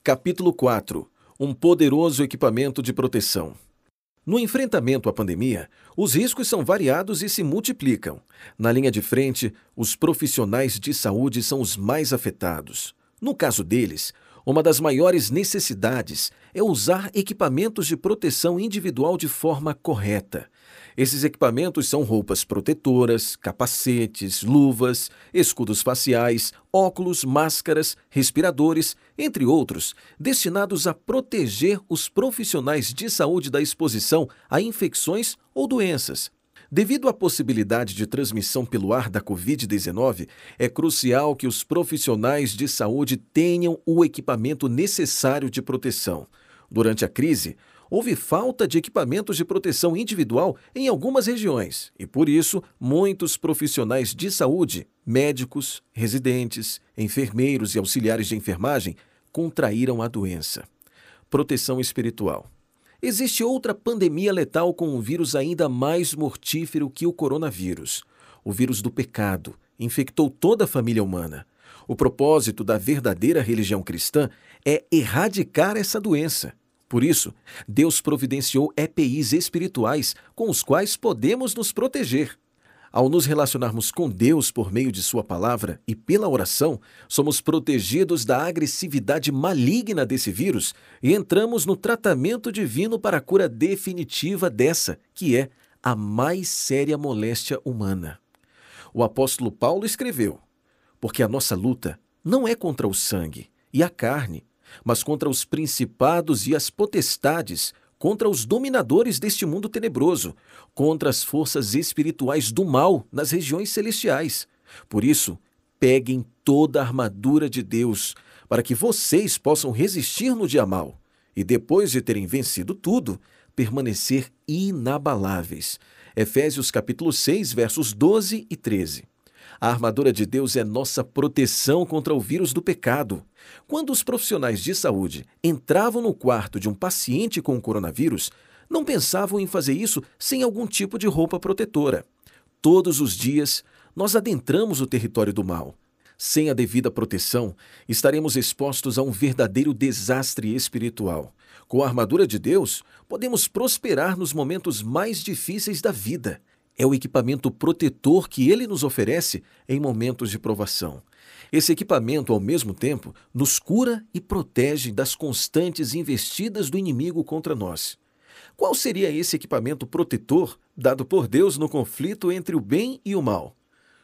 Capítulo 4. Um poderoso equipamento de proteção. No enfrentamento à pandemia, os riscos são variados e se multiplicam. Na linha de frente, os profissionais de saúde são os mais afetados. No caso deles, uma das maiores necessidades é usar equipamentos de proteção individual de forma correta. Esses equipamentos são roupas protetoras, capacetes, luvas, escudos faciais, óculos, máscaras, respiradores, entre outros, destinados a proteger os profissionais de saúde da exposição a infecções ou doenças. Devido à possibilidade de transmissão pelo ar da Covid-19, é crucial que os profissionais de saúde tenham o equipamento necessário de proteção. Durante a crise, houve falta de equipamentos de proteção individual em algumas regiões e, por isso, muitos profissionais de saúde, médicos, residentes, enfermeiros e auxiliares de enfermagem contraíram a doença. Proteção espiritual. Existe outra pandemia letal com um vírus ainda mais mortífero que o coronavírus. O vírus do pecado infectou toda a família humana. O propósito da verdadeira religião cristã é erradicar essa doença. Por isso, Deus providenciou EPIs espirituais com os quais podemos nos proteger. Ao nos relacionarmos com Deus por meio de Sua palavra e pela oração, somos protegidos da agressividade maligna desse vírus e entramos no tratamento divino para a cura definitiva dessa, que é a mais séria moléstia humana. O apóstolo Paulo escreveu: porque a nossa luta não é contra o sangue e a carne, mas contra os principados e as potestades, contra os dominadores deste mundo tenebroso, contra as forças espirituais do mal nas regiões celestiais. Por isso, peguem toda a armadura de Deus, para que vocês possam resistir no dia mau, e depois de terem vencido tudo, permanecer inabaláveis. Efésios capítulo 6, versos 12 e 13. A armadura de Deus é nossa proteção contra o vírus do pecado. Quando os profissionais de saúde entravam no quarto de um paciente com o coronavírus, não pensavam em fazer isso sem algum tipo de roupa protetora. Todos os dias, nós adentramos o território do mal. Sem a devida proteção, estaremos expostos a um verdadeiro desastre espiritual. Com a armadura de Deus, podemos prosperar nos momentos mais difíceis da vida. É o equipamento protetor que Ele nos oferece em momentos de provação. Esse equipamento, ao mesmo tempo, nos cura e protege das constantes investidas do inimigo contra nós. Qual seria esse equipamento protetor dado por Deus no conflito entre o bem e o mal?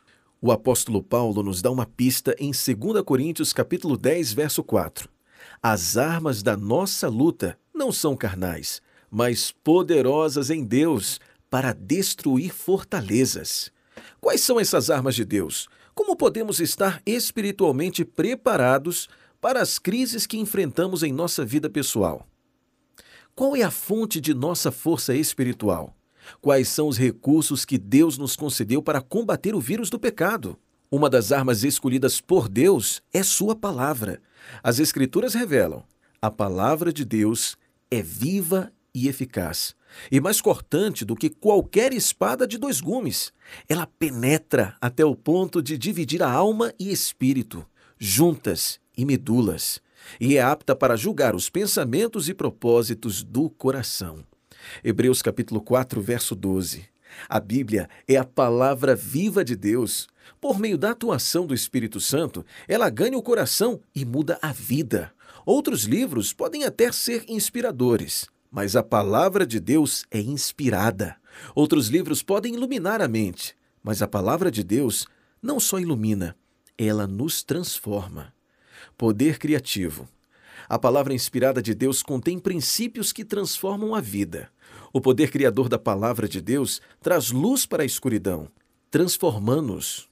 O apóstolo Paulo nos dá uma pista em 2 Coríntios capítulo 10, verso 4. As armas da nossa luta não são carnais, mas poderosas em Deus, para destruir fortalezas. Quais são essas armas de Deus? Como podemos estar espiritualmente preparados para as crises que enfrentamos em nossa vida pessoal? Qual é a fonte de nossa força espiritual? Quais são os recursos que Deus nos concedeu para combater o vírus do pecado? Uma das armas escolhidas por Deus é Sua palavra. As Escrituras revelam: a palavra de Deus é viva e eficaz, e mais cortante do que qualquer espada de 2 gumes. Ela penetra até o ponto de dividir a alma e espírito, juntas e medulas, e é apta para julgar os pensamentos e propósitos do coração. Hebreus capítulo 4, verso 12. A Bíblia é a palavra viva de Deus. Por meio da atuação do Espírito Santo, ela ganha o coração e muda a vida. Outros livros podem até ser inspiradores, mas a palavra de Deus é inspirada. Outros livros podem iluminar a mente, mas a palavra de Deus não só ilumina, ela nos transforma. Poder criativo. A palavra inspirada de Deus contém princípios que transformam a vida. O poder criador da palavra de Deus traz luz para a escuridão, transformando-nos.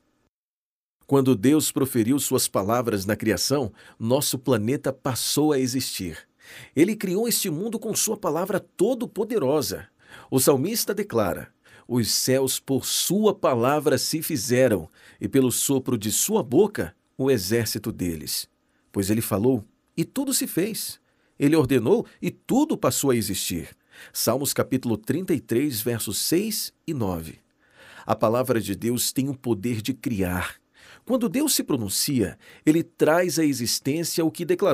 Quando Deus proferiu suas palavras na criação, nosso planeta passou a existir. Ele criou este mundo com sua palavra todo-poderosa. O salmista declara: os céus por sua palavra se fizeram, e pelo sopro de sua boca o exército deles. Pois ele falou, e tudo se fez. Ele ordenou, e tudo passou a existir. Salmos capítulo 33, versos 6 e 9. A palavra de Deus tem o poder de criar. Quando Deus se pronuncia, Ele traz à existência o que declarou.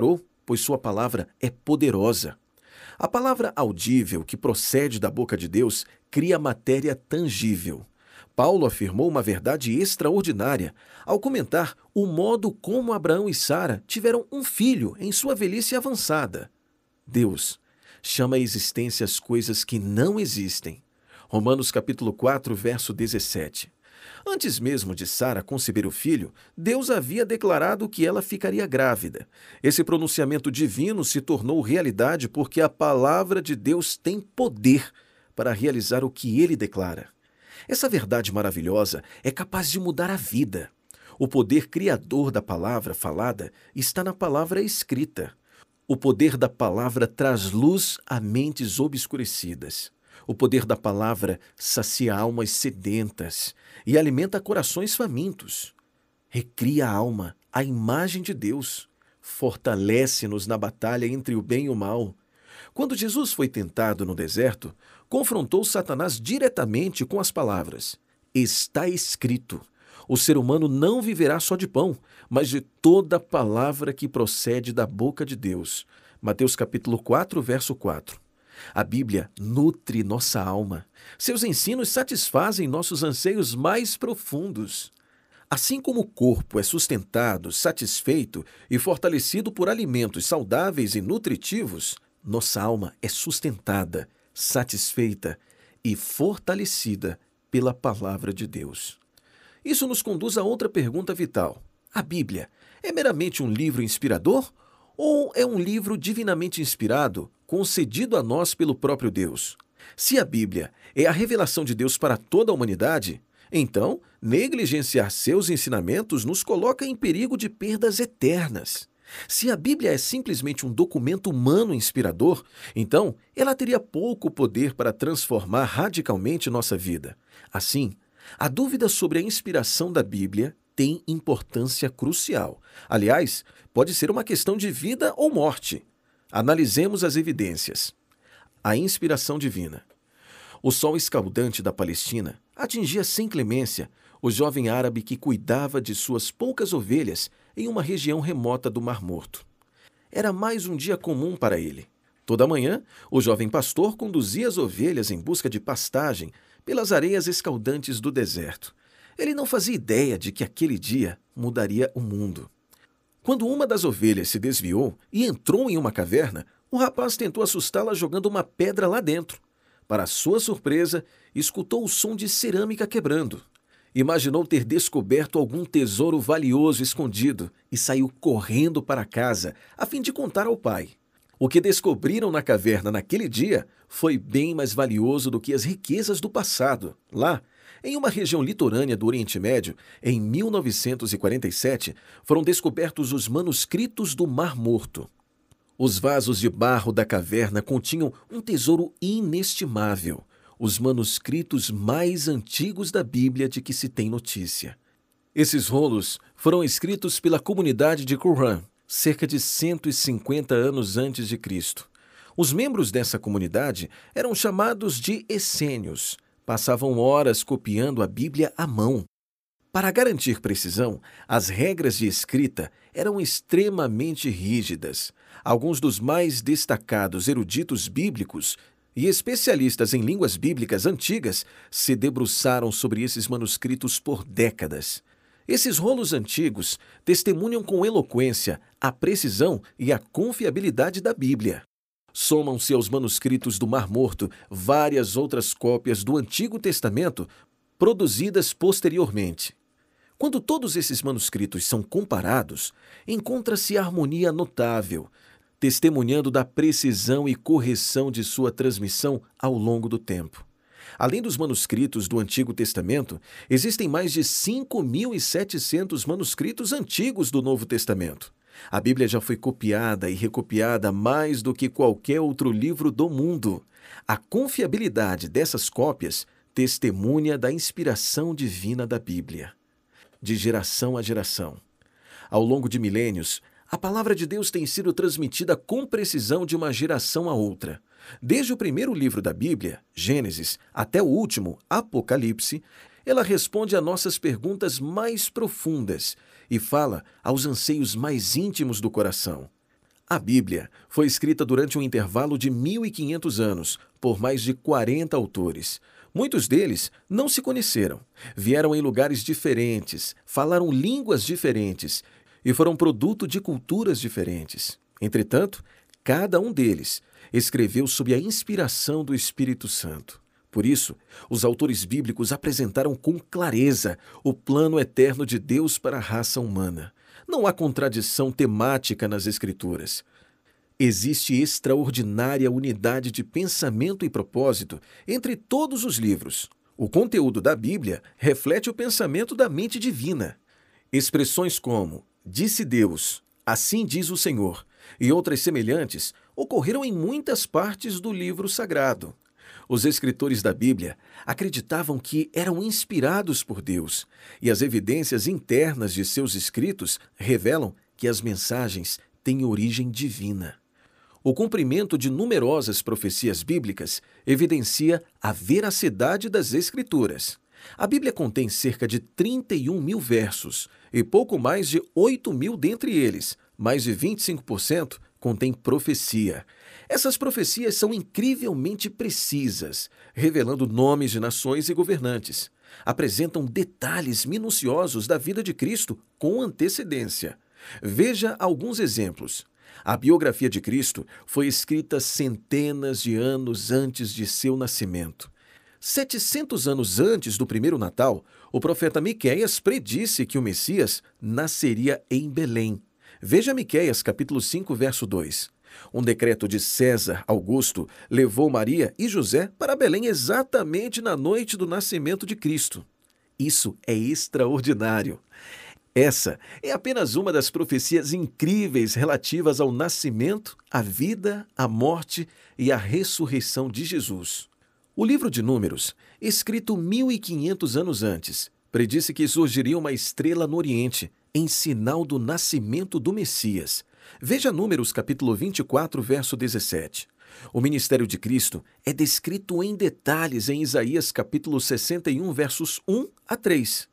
pois sua palavra é poderosa. A palavra audível que procede da boca de Deus cria matéria tangível. Paulo afirmou uma verdade extraordinária ao comentar o modo como Abraão e Sara tiveram um filho em sua velhice avançada. Deus chama à existência as coisas que não existem. Romanos capítulo 4, verso 17. Antes mesmo de Sara conceber o filho, Deus havia declarado que ela ficaria grávida. Esse pronunciamento divino se tornou realidade porque a palavra de Deus tem poder para realizar o que ele declara. Essa verdade maravilhosa é capaz de mudar a vida. O poder criador da palavra falada está na palavra escrita. O poder da palavra traz luz a mentes obscurecidas. O poder da palavra sacia almas sedentas e alimenta corações famintos. Recria a alma à imagem de Deus. Fortalece-nos na batalha entre o bem e o mal. Quando Jesus foi tentado no deserto, confrontou Satanás diretamente com as palavras: "Está escrito, o ser humano não viverá só de pão, mas de toda palavra que procede da boca de Deus." Mateus capítulo 4, verso 4. A Bíblia nutre nossa alma. Seus ensinos satisfazem nossos anseios mais profundos. Assim como o corpo é sustentado, satisfeito e fortalecido por alimentos saudáveis e nutritivos, nossa alma é sustentada, satisfeita e fortalecida pela palavra de Deus. Isso nos conduz a outra pergunta vital. A Bíblia é meramente um livro inspirador ou é um livro divinamente inspirado, concedido a nós pelo próprio Deus? Se a Bíblia é a revelação de Deus para toda a humanidade, então negligenciar seus ensinamentos nos coloca em perigo de perdas eternas. Se a Bíblia é simplesmente um documento humano inspirador, então ela teria pouco poder para transformar radicalmente nossa vida. Assim, a dúvida sobre a inspiração da Bíblia tem importância crucial. Aliás, pode ser uma questão de vida ou morte. Analisemos as evidências. A inspiração divina. O sol escaldante da Palestina atingia sem clemência o jovem árabe que cuidava de suas poucas ovelhas em uma região remota do Mar Morto. Era mais um dia comum para ele. Toda manhã, o jovem pastor conduzia as ovelhas em busca de pastagem pelas areias escaldantes do deserto. Ele não fazia ideia de que aquele dia mudaria o mundo. Quando uma das ovelhas se desviou e entrou em uma caverna, o rapaz tentou assustá-la jogando uma pedra lá dentro. Para sua surpresa, escutou o som de cerâmica quebrando. Imaginou ter descoberto algum tesouro valioso escondido e saiu correndo para casa a fim de contar ao pai. O que descobriram na caverna naquele dia foi bem mais valioso do que as riquezas do passado. Lá, em uma região litorânea do Oriente Médio, em 1947, foram descobertos os manuscritos do Mar Morto. Os vasos de barro da caverna continham um tesouro inestimável, os manuscritos mais antigos da Bíblia de que se tem notícia. Esses rolos foram escritos pela comunidade de Qumran, cerca de 150 anos antes de Cristo. Os membros dessa comunidade eram chamados de essênios. Passavam horas copiando a Bíblia à mão. Para garantir precisão, as regras de escrita eram extremamente rígidas. Alguns dos mais destacados eruditos bíblicos e especialistas em línguas bíblicas antigas se debruçaram sobre esses manuscritos por décadas. Esses rolos antigos testemunham com eloquência a precisão e a confiabilidade da Bíblia. Somam-se aos manuscritos do Mar Morto várias outras cópias do Antigo Testamento produzidas posteriormente. Quando todos esses manuscritos são comparados, encontra-se harmonia notável, testemunhando da precisão e correção de sua transmissão ao longo do tempo. Além dos manuscritos do Antigo Testamento, existem mais de 5.700 manuscritos antigos do Novo Testamento. A Bíblia já foi copiada e recopiada mais do que qualquer outro livro do mundo. A confiabilidade dessas cópias testemunha da inspiração divina da Bíblia. De geração a geração. Ao longo de milênios, a palavra de Deus tem sido transmitida com precisão de uma geração a outra. Desde o primeiro livro da Bíblia, Gênesis, até o último, Apocalipse, ela responde a nossas perguntas mais profundas e fala aos anseios mais íntimos do coração. A Bíblia foi escrita durante um intervalo de 1.500 anos, por mais de 40 autores. Muitos deles não se conheceram, vieram em lugares diferentes, falaram línguas diferentes e foram produto de culturas diferentes. Entretanto, cada um deles escreveu sob a inspiração do Espírito Santo. Por isso, os autores bíblicos apresentaram com clareza o plano eterno de Deus para a raça humana. Não há contradição temática nas Escrituras. Existe extraordinária unidade de pensamento e propósito entre todos os livros. O conteúdo da Bíblia reflete o pensamento da mente divina. Expressões como "disse Deus", "assim diz o Senhor" e outras semelhantes ocorreram em muitas partes do livro sagrado. Os escritores da Bíblia acreditavam que eram inspirados por Deus, e as evidências internas de seus escritos revelam que as mensagens têm origem divina. O cumprimento de numerosas profecias bíblicas evidencia a veracidade das Escrituras. A Bíblia contém cerca de 31.000 versos, e pouco mais de 8.000 dentre eles, mais de 25%, contém profecia. Essas profecias são incrivelmente precisas, revelando nomes de nações e governantes. Apresentam detalhes minuciosos da vida de Cristo com antecedência. Veja alguns exemplos. A biografia de Cristo foi escrita centenas de anos antes de seu nascimento. 700 anos antes do primeiro Natal, o profeta Miqueias predisse que o Messias nasceria em Belém. Veja Miqueias, capítulo 5, verso 2. Um decreto de César Augusto levou Maria e José para Belém exatamente na noite do nascimento de Cristo. Isso é extraordinário. Essa é apenas uma das profecias incríveis relativas ao nascimento, à vida, à morte e à ressurreição de Jesus. O livro de Números, escrito 1.500 anos antes, predisse que surgiria uma estrela no Oriente, em sinal do nascimento do Messias. Veja Números, capítulo 24, verso 17. O ministério de Cristo é descrito em detalhes em Isaías, capítulo 61, versos 1 a 3.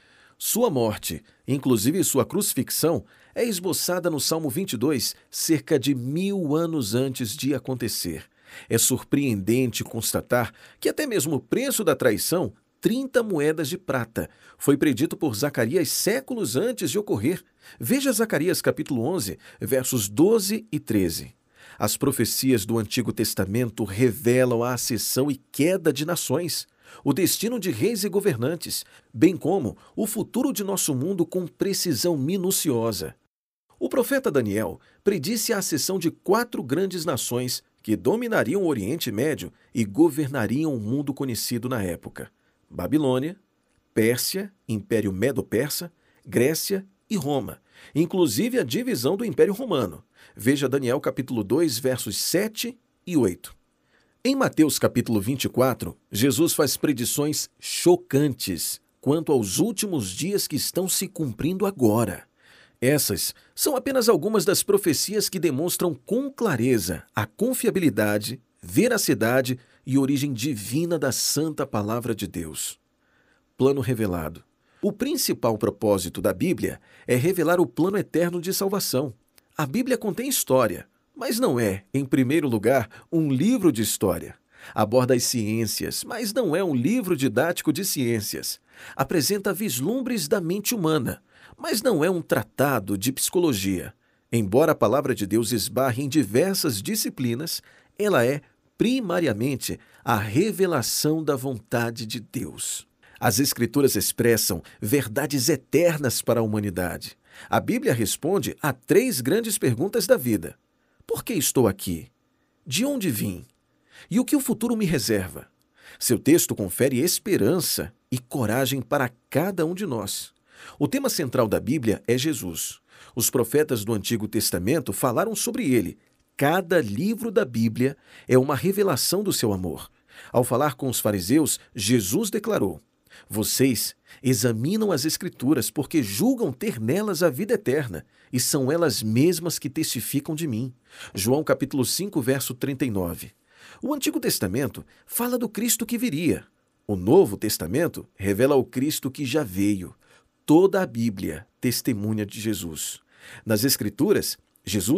Sua morte, inclusive sua crucifixão, é esboçada no Salmo 22, cerca de 1.000 anos antes de acontecer. É surpreendente constatar que até mesmo o preço da traição, 30 moedas de prata, foi predito por Zacarias séculos antes de ocorrer. Veja Zacarias capítulo 11, versos 12 e 13. As profecias do Antigo Testamento revelam a ascensão e queda de nações, o destino de reis e governantes, bem como o futuro de nosso mundo com precisão minuciosa. O profeta Daniel predisse a ascensão de 4 grandes nações que dominariam o Oriente Médio e governariam o mundo conhecido na época: Babilônia, Pérsia, Império Medo-Persa, Grécia e Roma, inclusive a divisão do Império Romano. Veja Daniel capítulo 2, versos 7 e 8. Em Mateus capítulo 24, Jesus faz predições chocantes quanto aos últimos dias que estão se cumprindo agora. Essas são apenas algumas das profecias que demonstram com clareza a confiabilidade, veracidade e origem divina da Santa Palavra de Deus. Plano revelado. O principal propósito da Bíblia é revelar o plano eterno de salvação. A Bíblia contém história, mas não é, em primeiro lugar, um livro de história. Aborda as ciências, mas não é um livro didático de ciências. Apresenta vislumbres da mente humana, mas não é um tratado de psicologia. Embora a Palavra de Deus esbarre em diversas disciplinas, ela é, primariamente, a revelação da vontade de Deus. As Escrituras expressam verdades eternas para a humanidade. A Bíblia responde a 3 grandes perguntas da vida: por que estou aqui? De onde vim? E o que o futuro me reserva? Seu texto confere esperança e coragem para cada um de nós. O tema central da Bíblia é Jesus. Os profetas do Antigo Testamento falaram sobre ele. Cada livro da Bíblia é uma revelação do seu amor. Ao falar com os fariseus, Jesus declarou: vocês examinam as Escrituras porque julgam ter nelas a vida eterna, e são elas mesmas que testificam de mim. João capítulo 5, verso 39. O Antigo Testamento fala do Cristo que viria. O Novo Testamento revela o Cristo que já veio. Toda a Bíblia testemunha de Jesus. Nas Escrituras, Jesus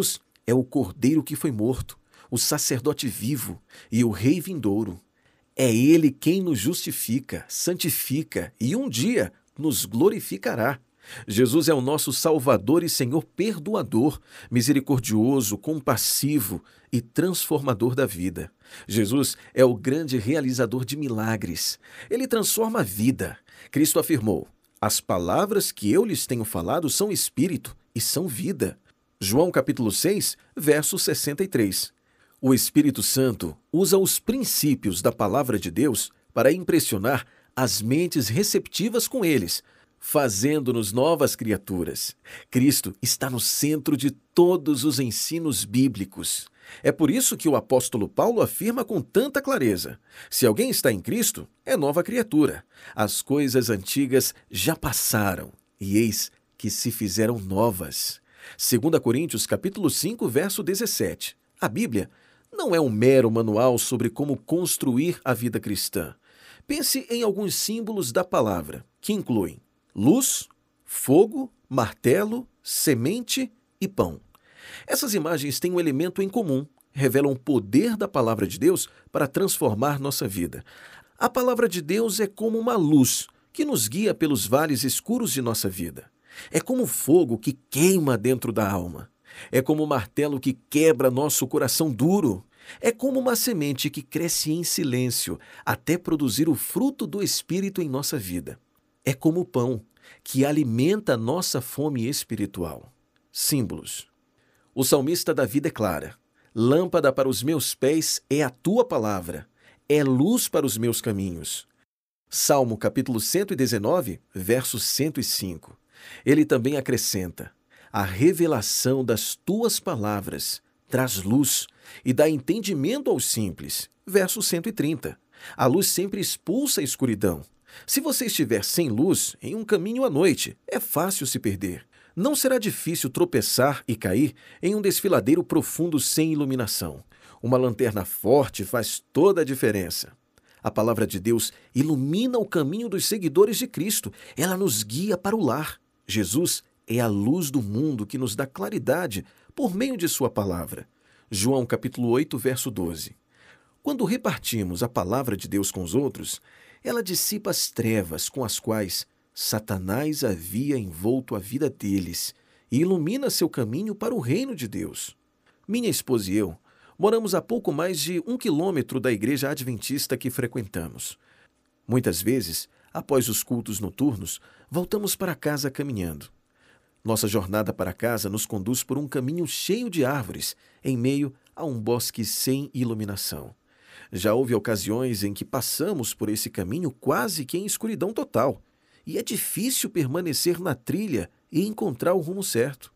É o Cordeiro que foi morto, o sacerdote vivo e o Rei vindouro. É Ele quem nos justifica, santifica e um dia nos glorificará. Jesus é o nosso Salvador e Senhor perdoador, misericordioso, compassivo e transformador da vida. Jesus é o grande realizador de milagres. Ele transforma a vida. Cristo afirmou: "As palavras que eu lhes tenho falado são espírito e são vida." João capítulo 6, verso 63. O Espírito Santo usa os princípios da palavra de Deus para impressionar as mentes receptivas com eles, fazendo-nos novas criaturas. Cristo está no centro de todos os ensinos bíblicos. É por isso que o apóstolo Paulo afirma com tanta clareza: se alguém está em Cristo, é nova criatura. As coisas antigas já passaram, e eis que se fizeram novas. 2 Coríntios capítulo 5, verso 17. A Bíblia não é um mero manual sobre como construir a vida cristã. Pense em alguns símbolos da palavra, que incluem luz, fogo, martelo, semente e pão. Essas imagens têm um elemento em comum: revelam o poder da palavra de Deus para transformar nossa vida. A palavra de Deus é como uma luz que nos guia pelos vales escuros de nossa vida. É como o fogo que queima dentro da alma. É como o martelo que quebra nosso coração duro. É como uma semente que cresce em silêncio até produzir o fruto do Espírito em nossa vida. É como o pão que alimenta nossa fome espiritual. Símbolos. O salmista Davi declara: "Lâmpada para os meus pés é a tua palavra, é luz para os meus caminhos." Salmo capítulo 119, verso 105. Ele também acrescenta: "A revelação das tuas palavras traz luz e dá entendimento aos simples." Verso 130. A luz sempre expulsa a escuridão. Se você estiver sem luz em um caminho à noite, é fácil se perder. Não será difícil tropeçar e cair em um desfiladeiro profundo sem iluminação. Uma lanterna forte faz toda a diferença. A palavra de Deus ilumina o caminho dos seguidores de Cristo. Ela nos guia para o lar. Jesus é a luz do mundo que nos dá claridade por meio de sua palavra. João capítulo 8, verso 12. Quando repartimos a palavra de Deus com os outros, ela dissipa as trevas com as quais Satanás havia envolto a vida deles e ilumina seu caminho para o reino de Deus. Minha esposa e eu moramos a pouco mais de 1 quilômetro da igreja adventista que frequentamos. Muitas vezes, após os cultos noturnos, voltamos para casa caminhando. Nossa jornada para casa nos conduz por um caminho cheio de árvores, em meio a um bosque sem iluminação. Já houve ocasiões em que passamos por esse caminho quase que em escuridão total, e é difícil permanecer na trilha e encontrar o rumo certo.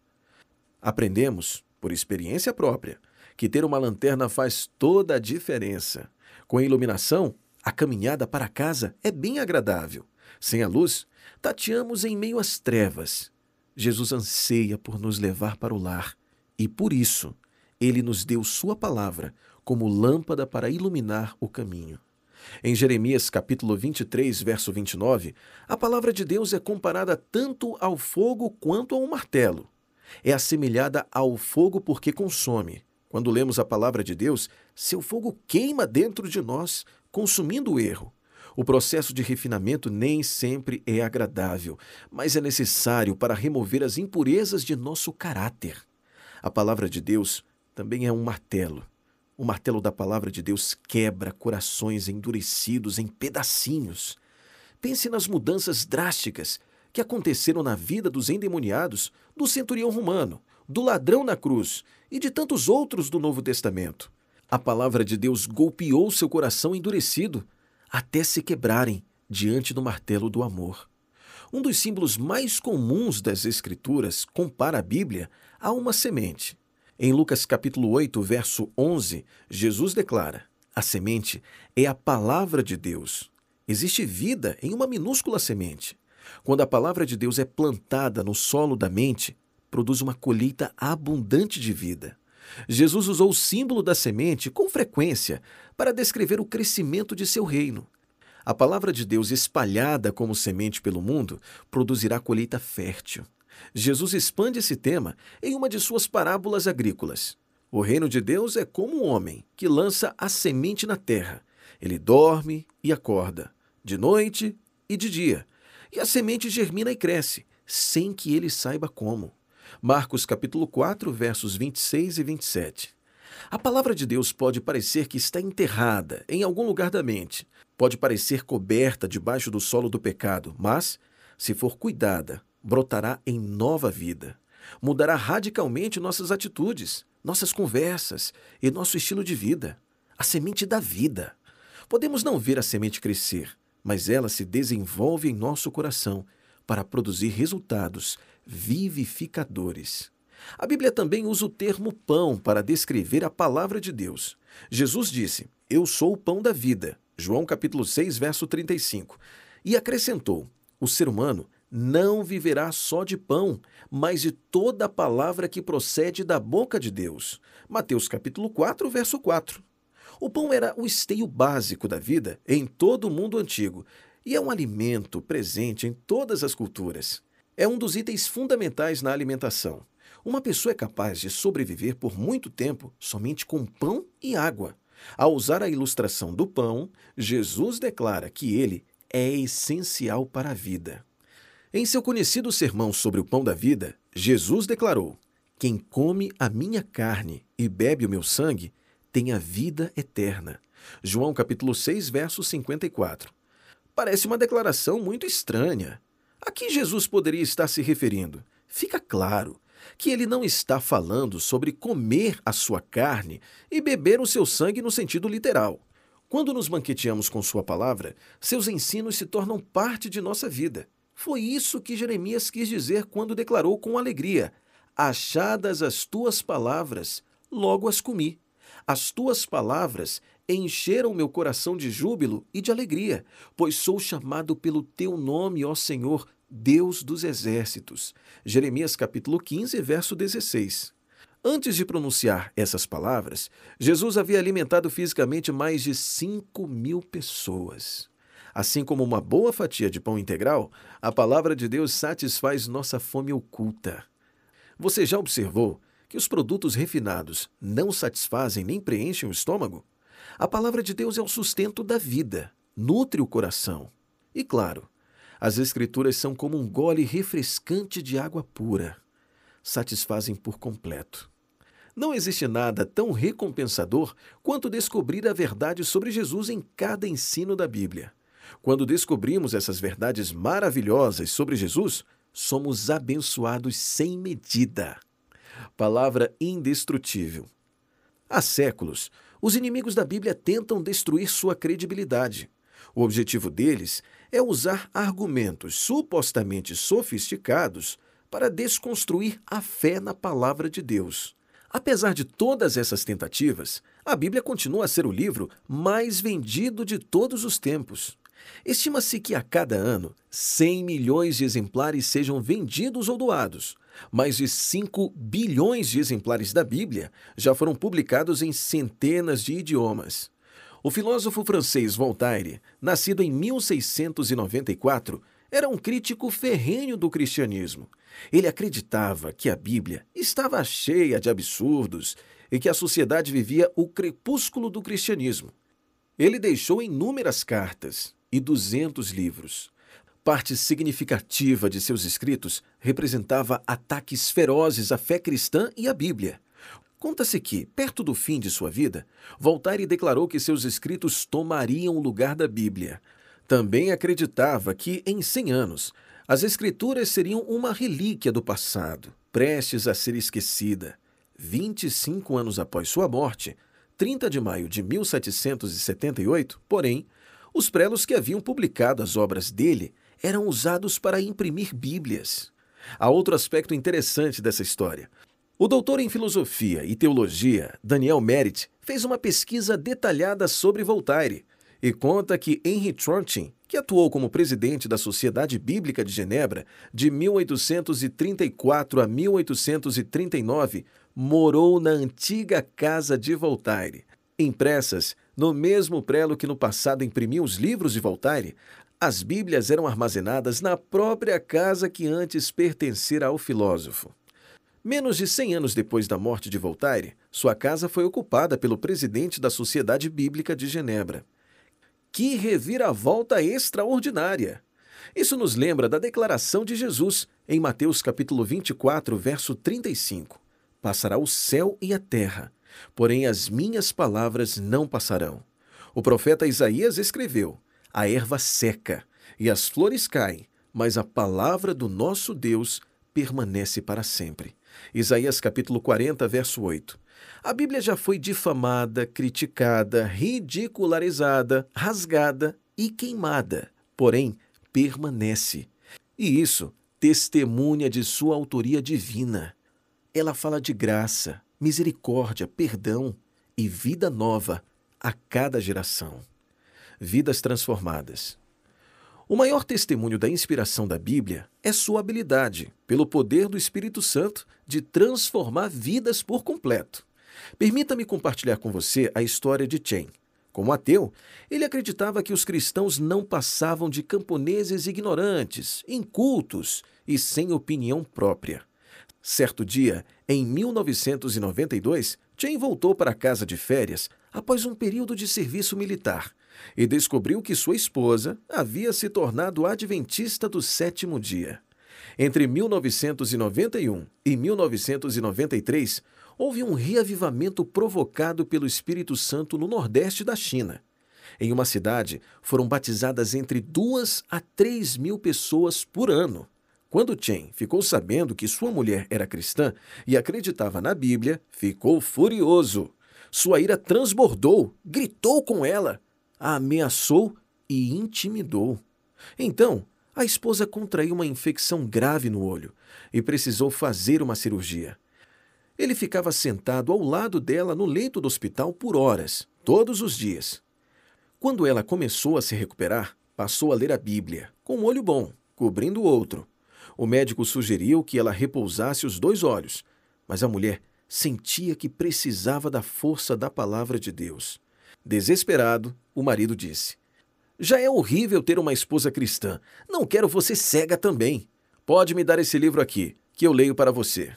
Aprendemos, por experiência própria, que ter uma lanterna faz toda a diferença. Com a iluminação, a caminhada para casa é bem agradável. Sem a luz, tateamos em meio às trevas. Jesus anseia por nos levar para o lar e, por isso, Ele nos deu sua palavra como lâmpada para iluminar o caminho. Em Jeremias capítulo 23, verso 29, a palavra de Deus é comparada tanto ao fogo quanto ao martelo. É assemelhada ao fogo porque consome. Quando lemos a palavra de Deus, seu fogo queima dentro de nós, consumindo o erro. O processo de refinamento nem sempre é agradável, mas é necessário para remover as impurezas de nosso caráter. A palavra de Deus também é um martelo. O martelo da palavra de Deus quebra corações endurecidos em pedacinhos. Pense nas mudanças drásticas que aconteceram na vida dos endemoniados, do centurião romano, do ladrão na cruz e de tantos outros do Novo Testamento. A palavra de Deus golpeou seu coração endurecido até se quebrarem diante do martelo do amor. Um dos símbolos mais comuns das Escrituras compara a Bíblia a uma semente. Em Lucas capítulo 8, verso 11, Jesus declara: "A semente é a palavra de Deus." Existe vida em uma minúscula semente. Quando a palavra de Deus é plantada no solo da mente, produz uma colheita abundante de vida. Jesus usou o símbolo da semente com frequência para descrever o crescimento de seu reino. A palavra de Deus espalhada como semente pelo mundo produzirá colheita fértil. Jesus expande esse tema em uma de suas parábolas agrícolas. O reino de Deus é como um homem que lança a semente na terra. Ele dorme e acorda, de noite e de dia, e a semente germina e cresce, sem que ele saiba como. Marcos capítulo 4, versos 26 e 27. A palavra de Deus pode parecer que está enterrada em algum lugar da mente, pode parecer coberta debaixo do solo do pecado, mas, se for cuidada, brotará em nova vida. Mudará radicalmente nossas atitudes, nossas conversas e nosso estilo de vida. A semente da vida. Podemos não ver a semente crescer, mas ela se desenvolve em nosso coração para produzir resultados vivificadores. A Bíblia também usa o termo pão para descrever a palavra de Deus. Jesus disse: "Eu sou o pão da vida", João capítulo 6, verso 35, e acrescentou: "O ser humano não viverá só de pão, mas de toda a palavra que procede da boca de Deus", Mateus capítulo 4, verso 4. O pão era o esteio básico da vida em todo o mundo antigo e é um alimento presente em todas as culturas. É um dos itens fundamentais na alimentação. Uma pessoa é capaz de sobreviver por muito tempo somente com pão e água. Ao usar a ilustração do pão, Jesus declara que ele é essencial para a vida. Em seu conhecido sermão sobre o pão da vida, Jesus declarou: "Quem come a minha carne e bebe o meu sangue tem a vida eterna." João capítulo 6, verso 54. Parece uma declaração muito estranha. A que Jesus poderia estar se referindo? Fica claro que ele não está falando sobre comer a sua carne e beber o seu sangue no sentido literal. Quando nos banqueteamos com sua palavra, seus ensinos se tornam parte de nossa vida. Foi isso que Jeremias quis dizer quando declarou com alegria: "Achadas as tuas palavras, logo as comi. As tuas palavras encheram meu coração de júbilo e de alegria, pois sou chamado pelo teu nome, ó Senhor, Deus dos exércitos." Jeremias capítulo 15, verso 16. Antes de pronunciar essas palavras, Jesus havia alimentado fisicamente mais de 5.000 pessoas. Assim como uma boa fatia de pão integral, a palavra de Deus satisfaz nossa fome oculta. Você já observou que os produtos refinados não satisfazem nem preenchem o estômago? A palavra de Deus é o sustento da vida, nutre o coração. E claro, as Escrituras são como um gole refrescante de água pura. Satisfazem por completo. Não existe nada tão recompensador quanto descobrir a verdade sobre Jesus em cada ensino da Bíblia. Quando descobrimos essas verdades maravilhosas sobre Jesus, somos abençoados sem medida. Palavra indestrutível. Há séculos, os inimigos da Bíblia tentam destruir sua credibilidade. O objetivo deles é usar argumentos supostamente sofisticados para desconstruir a fé na palavra de Deus. Apesar de todas essas tentativas, a Bíblia continua a ser o livro mais vendido de todos os tempos. Estima-se que a cada ano 100 milhões de exemplares sejam vendidos ou doados. Mais de 5 bilhões de exemplares da Bíblia já foram publicados em centenas de idiomas. O filósofo francês Voltaire, nascido em 1694, era um crítico ferrenho do cristianismo. Ele acreditava que a Bíblia estava cheia de absurdos e que a sociedade vivia o crepúsculo do cristianismo. Ele deixou inúmeras cartas e 200 livros. Parte significativa de seus escritos representava ataques ferozes à fé cristã e à Bíblia. Conta-se que, perto do fim de sua vida, Voltaire declarou que seus escritos tomariam o lugar da Bíblia. Também acreditava que, em 100 anos, as Escrituras seriam uma relíquia do passado, prestes a ser esquecida. 25 anos após sua morte, 30 de maio de 1778, porém, os prelos que haviam publicado as obras dele eram usados para imprimir Bíblias. Há outro aspecto interessante dessa história. O doutor em filosofia e teologia, Daniel Merritt, fez uma pesquisa detalhada sobre Voltaire e conta que Henry Tronchin, que atuou como presidente da Sociedade Bíblica de Genebra de 1834 a 1839, morou na antiga casa de Voltaire. Impressas no mesmo prelo que no passado imprimiu os livros de Voltaire, As Bíblias eram armazenadas na própria casa que antes pertencera ao filósofo. Menos de 100 anos depois da morte de Voltaire, sua casa foi ocupada pelo presidente da Sociedade Bíblica de Genebra. Que reviravolta extraordinária! Isso nos lembra da declaração de Jesus em Mateus capítulo 24, verso 35. Passará o céu e a terra, porém as minhas palavras não passarão. O profeta Isaías escreveu: a erva seca e as flores caem, mas a palavra do nosso Deus permanece para sempre. Isaías capítulo 40, verso 8. A Bíblia já foi difamada, criticada, ridicularizada, rasgada e queimada, porém permanece. E isso testemunha de sua autoria divina. Ela fala de graça, misericórdia, perdão e vida nova a cada geração. Vidas transformadas. O maior testemunho da inspiração da Bíblia é sua habilidade, pelo poder do Espírito Santo, de transformar vidas por completo. Permita-me compartilhar com você a história de Chen. Como ateu, ele acreditava que os cristãos não passavam de camponeses ignorantes, incultos e sem opinião própria. Certo dia, em 1992, Chen voltou para casa de férias após um período de serviço militar e descobriu que sua esposa havia se tornado adventista do sétimo dia. Entre 1991 e 1993, houve um reavivamento provocado pelo Espírito Santo no nordeste da China. Em uma cidade, foram batizadas entre 2 a 3 mil pessoas por ano. Quando Chen ficou sabendo que sua mulher era cristã e acreditava na Bíblia, ficou furioso. Sua ira transbordou, gritou com ela, a ameaçou e intimidou. Então, a esposa contraiu uma infecção grave no olho e precisou fazer uma cirurgia. Ele ficava sentado ao lado dela no leito do hospital por horas, todos os dias. Quando ela começou a se recuperar, passou a ler a Bíblia, com um olho bom, cobrindo o outro. O médico sugeriu que ela repousasse os 2 olhos, mas a mulher sentia que precisava da força da palavra de Deus. Desesperado, o marido disse: já é horrível ter uma esposa cristã. Não quero você cega também. Pode me dar esse livro aqui, que eu leio para você.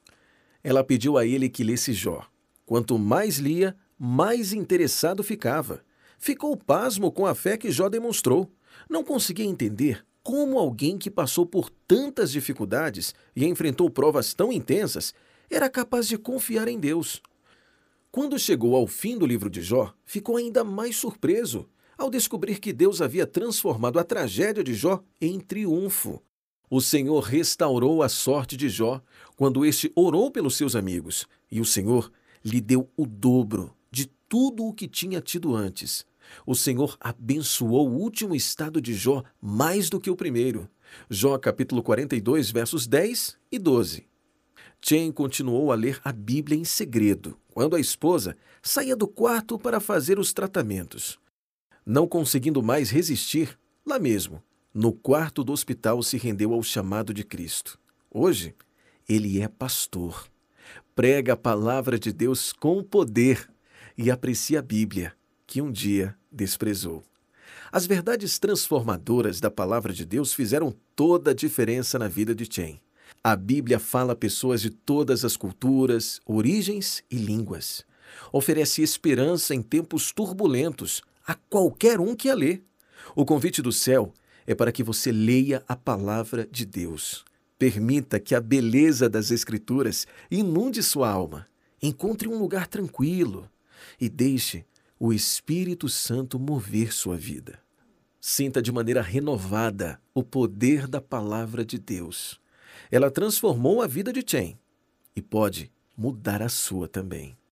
Ela pediu a ele que lesse Jó. Quanto mais lia, mais interessado ficava. Ficou pasmo com a fé que Jó demonstrou. Não conseguia entender como alguém que passou por tantas dificuldades e enfrentou provas tão intensas era capaz de confiar em Deus. Quando chegou ao fim do livro de Jó, ficou ainda mais surpreso ao descobrir que Deus havia transformado a tragédia de Jó em triunfo. O Senhor restaurou a sorte de Jó quando este orou pelos seus amigos, e o Senhor lhe deu o dobro de tudo o que tinha tido antes. O Senhor abençoou o último estado de Jó mais do que o primeiro. Jó capítulo 42, versos 10 e 12. Chen continuou a ler a Bíblia em segredo, quando a esposa saía do quarto para fazer os tratamentos. Não conseguindo mais resistir, lá mesmo, no quarto do hospital, se rendeu ao chamado de Cristo. Hoje, ele é pastor. Prega a palavra de Deus com poder e aprecia a Bíblia, que um dia desprezou. As verdades transformadoras da palavra de Deus fizeram toda a diferença na vida de Chen. A Bíblia fala a pessoas de todas as culturas, origens e línguas. Oferece esperança em tempos turbulentos a qualquer um que a lê. O convite do céu é para que você leia a palavra de Deus. Permita que a beleza das Escrituras inunde sua alma. Encontre um lugar tranquilo e deixe o Espírito Santo mover sua vida. Sinta de maneira renovada o poder da palavra de Deus. Ela transformou a vida de Chen e pode mudar a sua também.